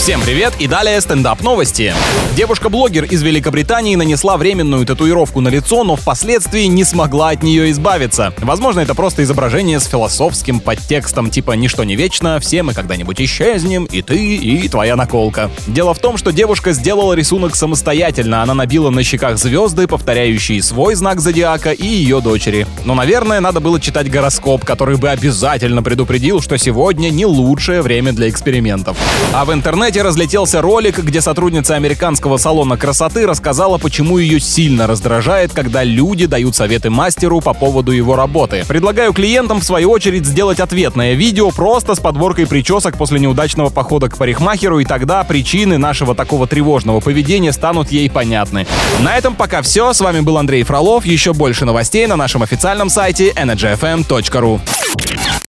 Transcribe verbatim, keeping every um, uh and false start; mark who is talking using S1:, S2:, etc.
S1: Всем привет и далее стендап-новости. Девушка-блогер из Великобритании нанесла временную татуировку на лицо, но впоследствии не смогла от нее избавиться. Возможно, это просто изображение с философским подтекстом, типа «ничто не вечно, все мы когда-нибудь исчезнем, и ты, и твоя наколка». Дело в том, что девушка сделала рисунок самостоятельно. Она набила на щеках звезды, повторяющие свой знак зодиака, и ее дочери. Но, наверное, надо было читать гороскоп, который бы обязательно предупредил, что сегодня не лучшее время для экспериментов. А в интернете разлетелся ролик, где сотрудница американского салона красоты рассказала, почему ее сильно раздражает, когда люди дают советы мастеру по поводу его работы. Предлагаю клиентам, в свою очередь, сделать ответное видео просто с подборкой причесок после неудачного похода к парикмахеру, и тогда причины нашего такого тревожного поведения станут ей понятны. На этом пока все. С вами был Андрей Фролов. Еще больше новостей на нашем официальном сайте энерджи эф эм точка ру.